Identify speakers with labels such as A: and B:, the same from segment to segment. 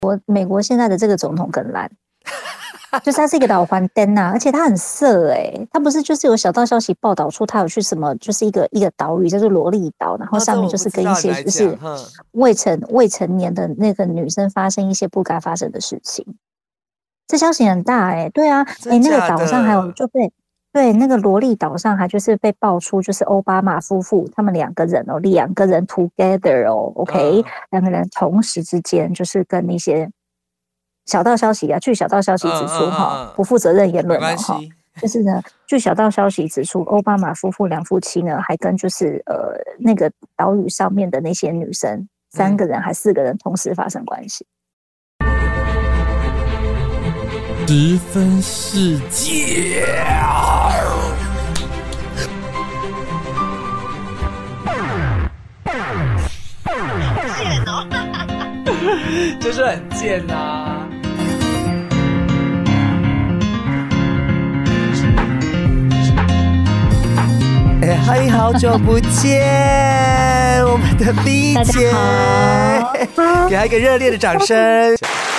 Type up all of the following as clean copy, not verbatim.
A: 美国现在的这个总统更烂。就是他是一个老还灯啊，而且他很色他不是就是有小道消息报道出他有去什么，就是一个岛屿叫做罗利岛，然后上面就是跟一些就是未成年的那个女生发生一些不该发生的事情，这消息很大对啊，那个岛上还有就被对那个罗利岛上还就是被爆出就是奥巴马夫妇他们两个人 together OK 两个人同时之间就是跟那些小道消息据小道消息指出不负责任言论就是呢，据小道消息指出，奥巴马夫妇两夫妻呢，还跟就是那个岛屿上面的那些女生3个人还4个人同时发生关系。
B: 十分世界，
C: 贱哦，
B: 就是很贱啊。嗨，好久不见，我们的 B 姐，给她一个热烈的掌声。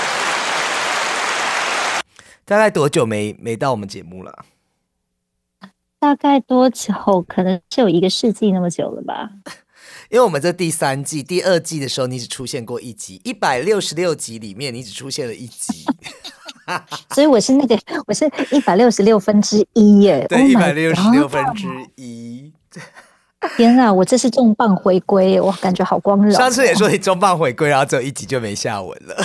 B: 大概多久没到我们节目了？
A: 大概多久？可能是有1个世纪那么久了吧。
B: 因为我们这第3季、第2季的时候，你只出现过1集，166集里面你只出现了1集。
A: 所以我是166分之一耶。
B: 对，166分之一。
A: 天啊，我这是重磅回归耶，我感觉好光荣。
B: 上次也说你重磅回归，然后只有1集就没下文了。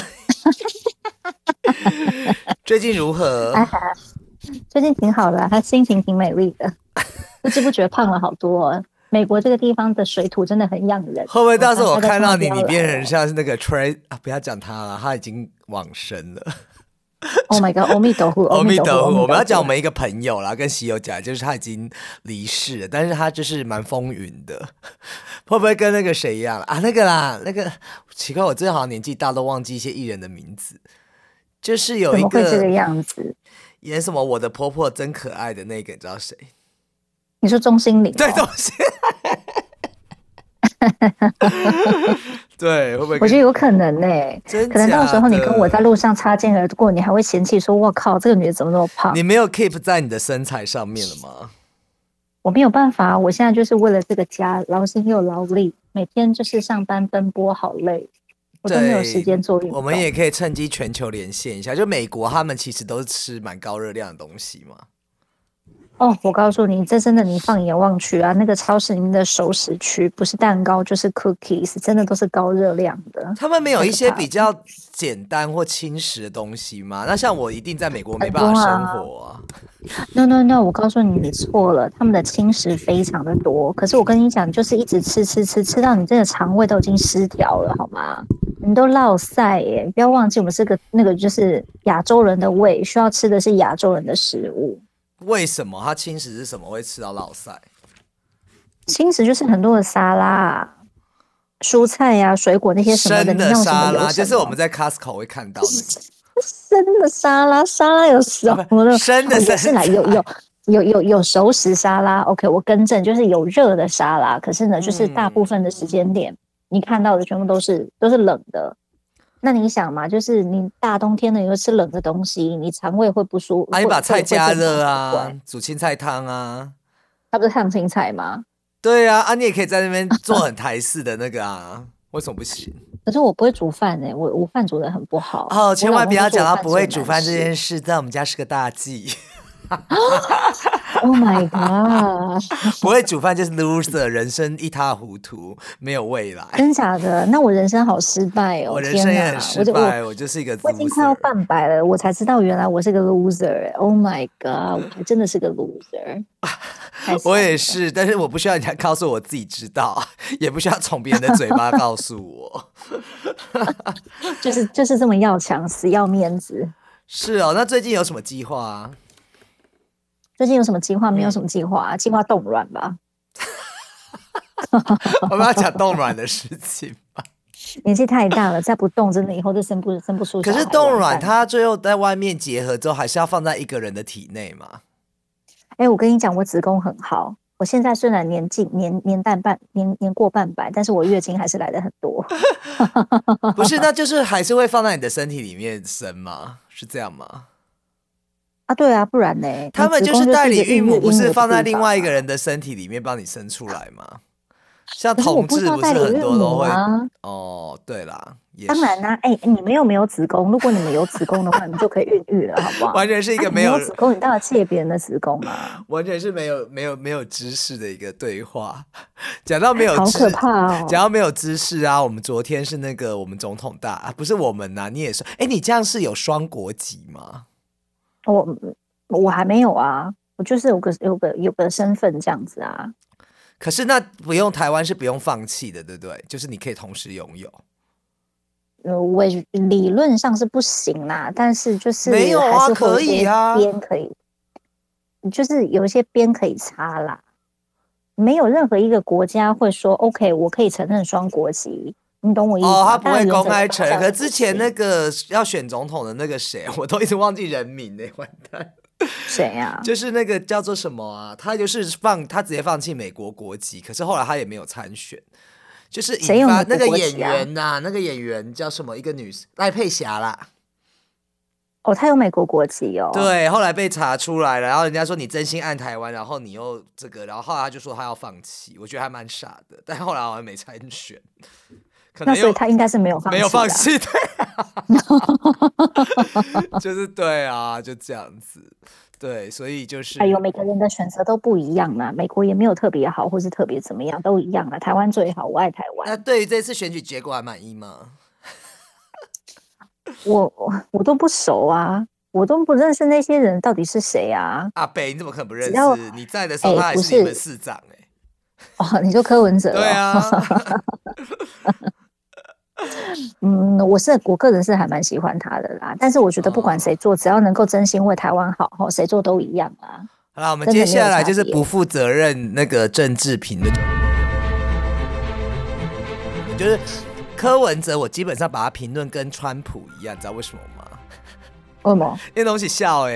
B: 最近如何？
A: 最近挺好的他心情挺美丽的，不知不觉胖了好多美国这个地方的水土真的很养人。
B: 会不会到时候我看到你变成像是那个 Trey 不要讲他了，他已经往生了。
A: Oh my god， 阿弥陀佛，阿弥陀佛。
B: 我们要讲我们一个朋友啦，跟喜友讲，就是他已经离世了，但是他就是蛮风云的。会不会跟那个谁一样啊？那个奇怪，我真的好像年纪大都忘记一些艺人的名字。就是有一个
A: 怎么会这个样子？
B: 演什么我的婆婆真可爱的那个，你知道谁？
A: 你说钟欣凌？
B: 对，钟欣对，会不会？
A: 我觉得有可能可能到时候你跟我在路上擦肩而过，你还会嫌弃说：“我靠，这个女的怎么那么胖？”
B: 你没有 keep 在你的身材上面了吗？
A: 我没有办法，我现在就是为了这个家劳心又劳力，每天就是上班奔波，好累，我都没有时间做运动。
B: 我们也可以趁机全球连线一下，就美国他们其实都是吃蛮高热量的东西嘛。
A: 我告诉你，这真的你放眼望去啊，那个超市里面的熟食区，不是蛋糕就是 cookies， 真的都是高热量的。
B: 他们没有一些比较简单或轻食的东西吗？那像我一定在美国没办法生活啊。
A: No， 我告诉你，你错了，他们的轻食非常的多。可是我跟你讲，就是一直吃到你真的肠胃都已经失调了，好吗？你都落塞耶！不要忘记，我们是那个就是亚洲人的胃，需要吃的是亚洲人的食物。
B: 为什么它轻食是什么会吃到落塞？
A: 轻食就是很多的沙拉、蔬菜啊、水果那些什么的。
B: 生的沙拉就是我们在 Costco 会看到那个
A: 生的沙拉有什么的？
B: 生的
A: 是啦，有熟食沙拉。OK， 我更正，就是有热的沙拉。可是呢，就是大部分的时间点，你看到的全部都是冷的。那你想嘛，就是你大冬天的又吃冷的东西，你肠胃会不舒服。
B: 你把菜加热啊，煮青菜汤啊，
A: 它不是烫青菜吗？
B: 对啊，你也可以在那边做很台式的那个啊，为什么不行？
A: 可是我不会煮饭我饭煮得很不好。
B: 千万不要讲到不会煮饭这件事，在我们家是个大忌。
A: Oh my god！
B: 不会煮饭就是 loser， 人生一塌糊涂，没有未来。
A: 真假的？那我人生好失败哦！
B: 我人生也很失败，我就是一个 loser。
A: 我已经快要半百了，我才知道原来我是个 loser。Oh my god！ 我还真的是个 loser。
B: 我也是，但是我不需要人家告诉我自己知道，也不需要从别人的嘴巴告诉我。
A: 就是这么要强，死要面子。
B: 是哦，那最近有什么计划啊？
A: 最近有什么计划？没有什么计划啊，计划冻卵吧。
B: 我们要讲冻卵的事情吧。
A: 年纪太大了，再不动，真的以后就生不出。
B: 可是冻卵，它最后在外面结合之后，还是要放在一个人的体内嘛？
A: 我跟你讲，我子宫很好， 我现在虽然年过半百，但是我月经还是来的很多。
B: 不是，那就是还是会放在你的身体里面生吗？是这样吗？
A: 啊，对啊，不然呢？
B: 他们就是代理孕母，不是放在另外一个
A: 人。
B: 人的身体里面帮你生出来吗？像
A: 可是我
B: 同志不是
A: 不知道代理孕母
B: 很多都会
A: 啊。
B: 哦，对啦，也
A: 当然啦、你们又没有子宫，如果你们有子宫的话，你们就可以孕育了，好不好？
B: 完全是一个
A: 你
B: 没有
A: 子宫，你当然借别人的子宫啊。
B: 完全是没有知识的一个对话。讲到没有
A: 好可怕哦！
B: 讲到没有知识啊，我们昨天是那个我们总统不是我们呐、你也是。你这样是有双国籍吗？
A: 我还没有啊，我就是有个身份这样子啊。
B: 可是那不用台湾是不用放弃的，对不对？就是你可以同时拥有。
A: 我理论上是不行啦，但是就是
B: 没有啊，
A: 还是
B: 可以啊，
A: 边可以，就是有一些边可以插啦。没有任何一个国家会说 OK， 我可以承认双国籍，你懂我意思吗？
B: 他不会公开承认。可之前那个要选总统的那个谁，我都一直忘记人名呢，完蛋。
A: 谁啊？
B: 就是那个叫做什么啊？他就是他直接放弃美国国籍，可是后来他也没有参选。就是引发那个演员呐、那个演员叫什么？一个女赖佩霞啦。
A: 哦，他有美国国籍哦。
B: 对，后来被查出来了，然后人家说你真心爱台湾，然后你又这个，然后后来他就说他要放弃，我觉得还蛮傻的，但后来好像没参选。
A: 那所以他应该是没有放弃，
B: 对、就是对啊，就这样子。对，所以就是
A: 每个人的选择都不一样啦。美国也没有特别好，或是特别怎么样，都一样啦。台湾最好，我爱台湾。
B: 那对于这次选举结果还满意吗？
A: 我都不熟啊，我都不认识那些人到底是谁啊？
B: 阿北，你怎么可能不认识？你在的时候他还是你们市长
A: 哦，你说柯文哲、哦？
B: 对啊。
A: 我个人是还蛮喜欢他的啦，但是我觉得不管谁做，只要能够真心为台湾好，谁做都一样啊。
B: 好啦，我们接下来就是不负责任那个政治评论，就是柯文哲，我基本上把他评论跟川普一样，你知道为什么吗？
A: 为什么？
B: 因为东西笑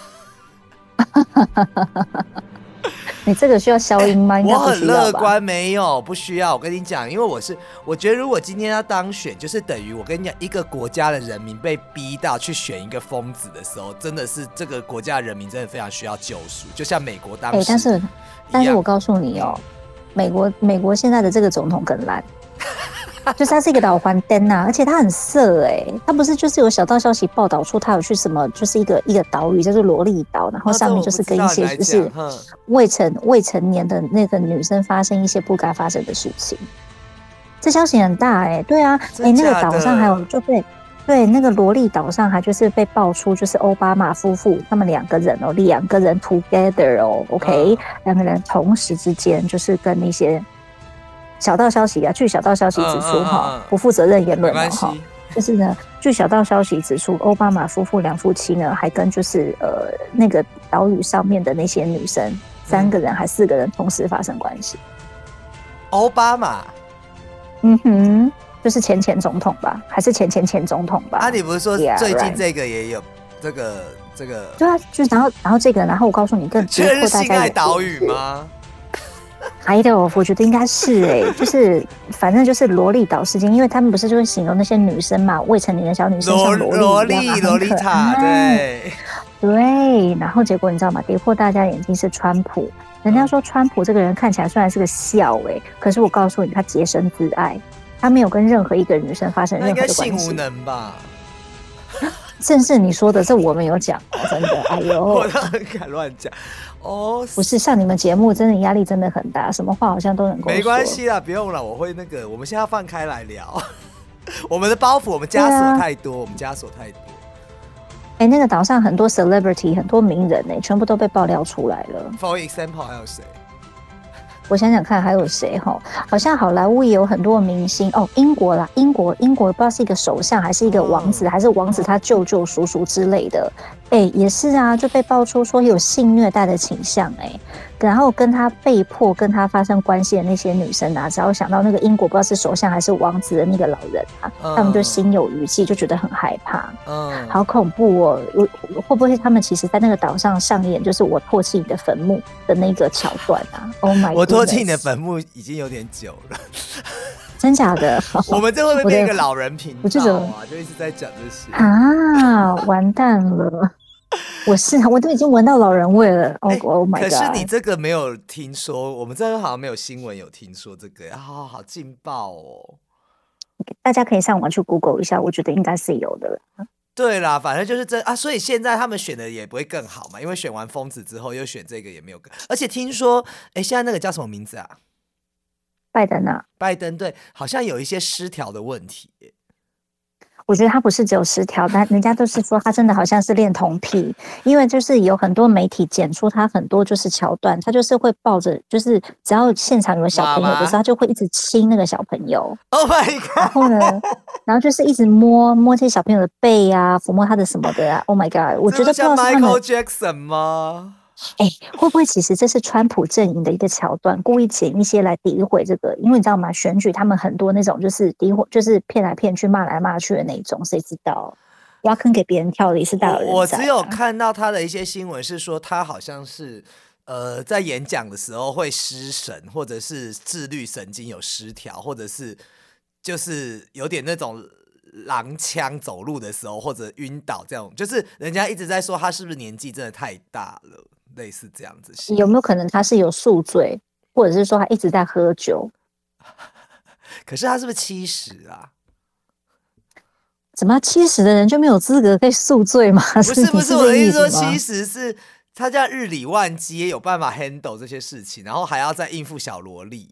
A: 你这个需要消音吗？
B: 我很乐观，没有不需要。我跟你讲，因为我觉得如果今天要当选，就是等于我跟你讲，一个国家的人民被逼到去选一个疯子的时候，真的是这个国家的人民真的非常需要救赎。就像美国当时，
A: 但是我告诉你哦，美国现在的这个总统更烂。就是他是一个老还灯啊，而且他很色他不是就是有小道消息报道出他有去什么，就是一个岛屿叫做罗利岛，然后上面就是跟一些就是未成年的那个女生发生一些不该发生的事情，这消息很大对啊，那个岛上还有就被那个罗利岛上还就是被爆出就是奥巴马夫妇他们两个人 together OK 两个人同时之间就是跟那些小道消息啊，据小道消息指出不负责任言论就是呢，据小道消息指出，奥巴马夫妇两夫妻呢，还跟就是那个岛屿上面的那些女生3个人还4个人同时发生关系。
B: 奥巴马，
A: 就是前总统吧，还是前总统吧？
B: 你不是说最近这个也有这个？
A: 对啊，就然后这个，然后我告诉你，更
B: 这是性爱岛屿吗？
A: 我觉得应该是就是反正就是萝莉岛事件，因为他们不是就会形容那些女生嘛，未成年的小女生像萝莉一样
B: 萝莉塔，
A: 对，然后结果你知道吗？跌破大家眼镜是川普，人家说川普这个人看起来虽然是个笑可是我告诉你，他洁身自爱，他没有跟任何一个女生发生任何的关系。
B: 应该性无能吧？
A: 正是你说的，这我们有讲真的，
B: 我都很敢乱讲
A: 不是上你们节目真的压力真的很大，什么话好像都能够说。
B: 没关系啦，不用了，我会那个，我们现在要放开来聊。我们的包袱，我们枷锁太多，
A: 那个岛上很多 celebrity， 很多名人全部都被爆料出来了。
B: For example， 还有谁？
A: 我想想看还有谁好像好莱坞也有很多明星英国不知道是一个首相还是一个王子，还是王子他舅舅叔叔之类的也是啊，就被爆出说有性虐待的倾向然后跟他被迫跟他发生关系的那些女生啊，只要想到那个英国不知道是首相还是王子的那个老人啊，他们就心有余悸，就觉得很害怕。好恐怖哦！会不会他们其实在那个岛上上演就是我唾弃你的坟墓的那个桥段啊 ？Oh my god！
B: 我唾弃你的坟墓已经有点久了。
A: 真假的？
B: 我们这会不会变一个老人频道啊？就一直在讲这些
A: 啊，完蛋了！我都已经闻到老人味了。Oh my god！
B: 可是你这个没有听说，我们这边好像没有新闻有听说这个，好劲爆哦！
A: 大家可以上网去 Google 一下，我觉得应该是有的了。
B: 对啦，反正就是所以现在他们选的也不会更好嘛，因为选完疯子之后又选这个也没有更，而且听说，现在那个叫什么名字啊？
A: 拜登啊，
B: 拜登对，好像有一些失调的问题耶。
A: 我觉得他不是只有失调，但人家都是说他真的好像是恋童癖，因为就是有很多媒体剪出他很多就是桥段，他就是会抱着，就是只要现场有小朋友的时候，他就会一直亲那个小朋友。
B: Oh my god！
A: 然后呢，然后就是一直摸这些小朋友的背啊，抚摸他的什么的啊。Oh my god！ 我觉得不知道是他们
B: 像 Michael Jackson 吗？
A: 会不会其实这是川普阵营的一个桥段，故意剪一些来诋毁这个？因为你知道吗？选举他们很多那种就是诋毁，就是骗来骗去、骂来骂去的那种，谁知道？挖坑给别人跳的也是大有人在。
B: 我只有看到他的一些新闻是说，他好像是在演讲的时候会失神，或者是自律神经有失调，或者是就是有点那种踉跄走路的时候，或者晕倒这样，就是人家一直在说他是不是年纪真的太大了。类似这样子，
A: 有没有可能他是有宿醉，或者是说他一直在喝酒？
B: 可是他是不是70啊？
A: 怎么70的人就没有资格可以宿醉吗？
B: 不是，我的意思说70是他这样日理万机，也有办法 handle 这些事情，然后还要再应付小萝莉。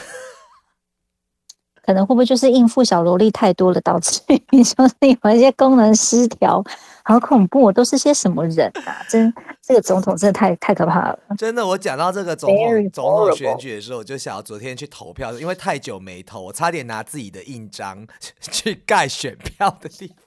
A: 可能会不会就是应付小萝莉太多了，导致你说有一些功能失调？好恐怖，都是些什么人啊？这个总统真的太可怕了。
B: 真的，我讲到这个总统选举的时候，我就想要昨天去投票，因为太久没投，我差点拿自己的印章去盖选票的地方。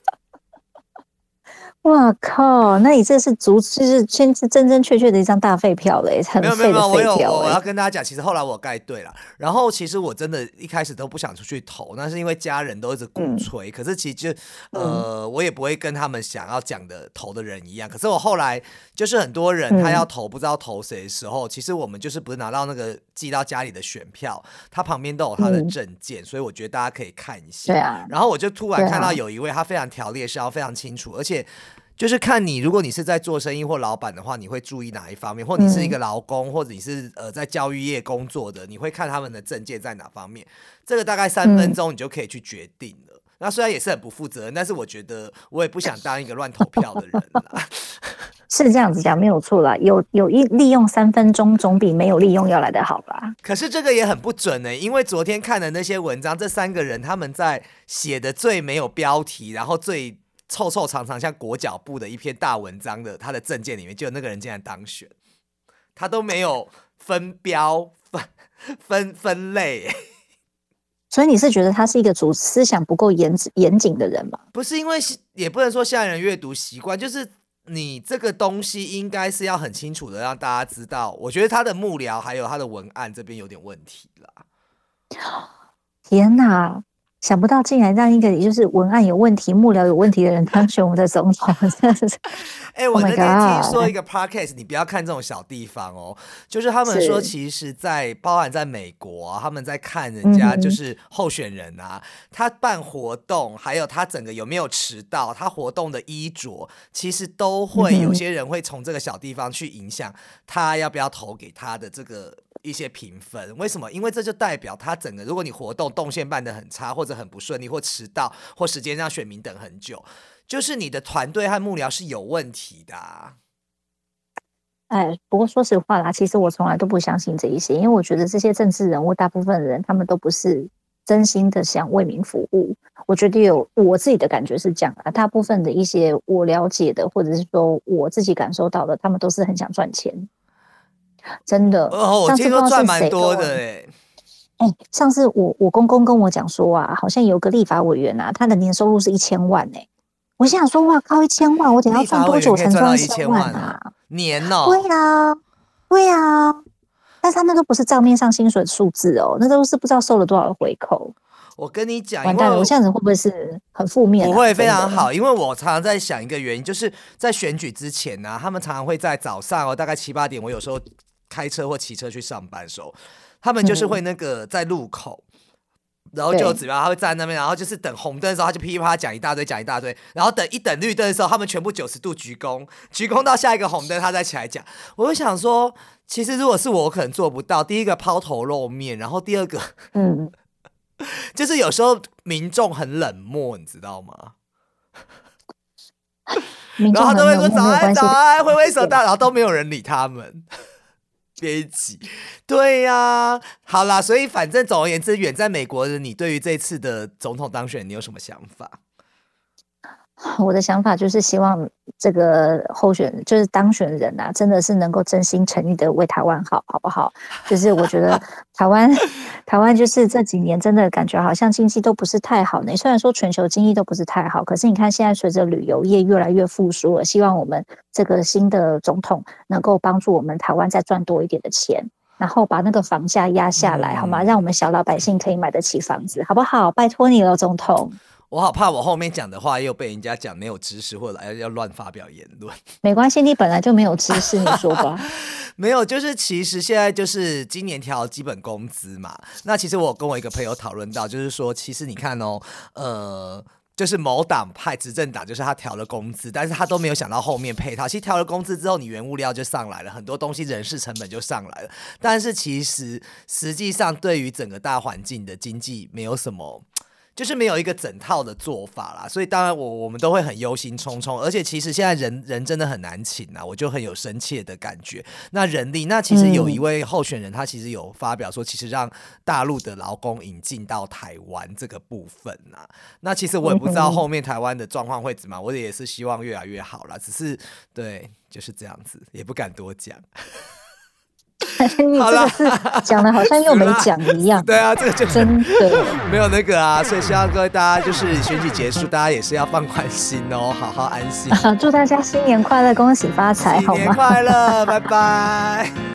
A: 哇靠！那你这是就是真真确确的一张大废票了，很废的废票。
B: 我要跟大家讲，其实后来我盖对了。然后其实我真的一开始都不想出去投，那是因为家人都一直鼓吹。可是其实就我也不会跟他们想要讲的投的人一样。可是我后来就是很多人他要投不知道投谁的时候，其实我们就是不是拿到那个寄到家里的选票，他旁边都有他的证件，所以我觉得大家可以看一下。
A: 对啊。
B: 然后我就突然看到有一位他非常条列式，非常清楚，而且。就是看你，如果你是在做生意或老板的话，你会注意哪一方面，或你是一个劳工，或者你是在教育业工作的，你会看他们的证件在哪方面。这个大概3分钟你就可以去决定了。那虽然也是很不负责任，但是我觉得我也不想当一个乱投票的人啦。
A: 是这样子讲没有错啦，有利用3分钟总比没有利用要来的好吧？
B: 可是这个也很不准呢，因为昨天看的那些文章，这3个人他们在写的最没有标题，然后最臭长像国脚部的一篇大文章的他的政见里面，就有那个人竟然当选，他都没有分标分类。
A: 所以你是觉得他是一个思想不够严谨的人吗？
B: 不是，因为也不能说现在人阅读习惯，就是你这个东西应该是要很清楚的让大家知道。我觉得他的幕僚还有他的文案这边有点问题啦。
A: 天哪！想不到竟然让一个就是文案有问题、幕僚有问题的人当选我们的总统，真的是。
B: 我那天听说一个 podcast， 你不要看这种小地方哦，就是他们说，其实包含在美国啊，他们在看人家就是候选人啊，他办活动，还有他整个有没有迟到，他活动的衣着，其实都会有些人会从这个小地方去影响他要不要投给他的这个。一些评分，为什么？因为这就代表他整个，如果你活动动线办得很差，或者很不顺利，或迟到，或时间让选民等很久，就是你的团队和幕僚是有问题的啊。
A: 不过说实话啦，其实我从来都不相信这一些，因为我觉得这些政治人物大部分人他们都不是真心的想为民服务。我觉得我自己的感觉是这样啊，大部分的一些我了解的，或者是说我自己感受到的，他们都是很想赚钱。真的
B: 我听说赚蛮多的
A: 上次我公公跟我讲说啊，好像有个立法委员啊，他的年收入是1000万我想说哇靠，1000万，我等一下赚多久才赚1000万啊？
B: 年哦？
A: 对啊， 但是他那都不是账面上薪水的数字哦，那都是不知道收了多少的回扣。
B: 我跟你讲，
A: 完蛋了，我这样子会不会是很负面？
B: 不会，非常好，因为我常常在想一个原因，就是在选举之前呢，他们常常会在早上大概7、8点，我有时候开车或骑车去上班的时候，他们就是会那个在路口。然后就有指标，他会站在那边，然后就是等红灯的时候，他就噼里啪啦讲一大堆，然后等绿灯的时候，他们全部90度鞠躬到下一个红灯，他再起来讲。我就想说，其实如果是我可能做不到。第一个抛头露面，然后第二个，就是有时候民众很冷漠，你知道吗？然后他都会说早安，挥手，然后都没有人理他们。编辑，对呀，好啦，所以反正总而言之，远在美国的你，对于这次的总统当选，你有什么想法？
A: 我的想法就是希望这个就是当选人啊，真的是能够真心诚意的为台湾好不好？就是我觉得台湾就是这几年真的感觉好像经济都不是太好呢。虽然说全球经济都不是太好，可是你看现在随着旅游业越来越复苏了，希望我们这个新的总统能够帮助我们台湾再赚多一点的钱，然后把那个房价压下来，好吗？让我们小老百姓可以买得起房子，好不好？拜托你了，总统。
B: 我好怕我后面讲的话又被人家讲没有知识，或者要乱发表言论。
A: 没关系，你本来就没有知识，你说吧。
B: 没有，就是其实现在就是今年调基本工资嘛。那其实我跟我一个朋友讨论到，就是说，其实你看哦，就是某党派执政党，就是他调了工资，但是他都没有想到后面配套。其实调了工资之后，你原物料就上来了，很多东西人事成本就上来了。但是其实实际上对于整个大环境的经济没有什么。就是没有一个整套的做法啦，所以当然我们都会很忧心忡忡，而且其实现在人真的很难请啊，我就很有深切的感觉。那人力，那其实有一位候选人，他其实有发表说，其实让大陆的劳工引进到台湾这个部分啊，那其实我也不知道后面台湾的状况会怎么样，我也是希望越来越好啦，只是对就是这样子，也不敢多讲。
A: 你这个是讲的好像又没讲一样。
B: 对啊，这个就
A: 真的
B: 没有那个啊，所以希望各位大家就是选举结束，大家也是要放宽心哦，好好安心。
A: 祝大家新年快乐，恭喜发财，好吗？
B: 新年快乐，拜拜。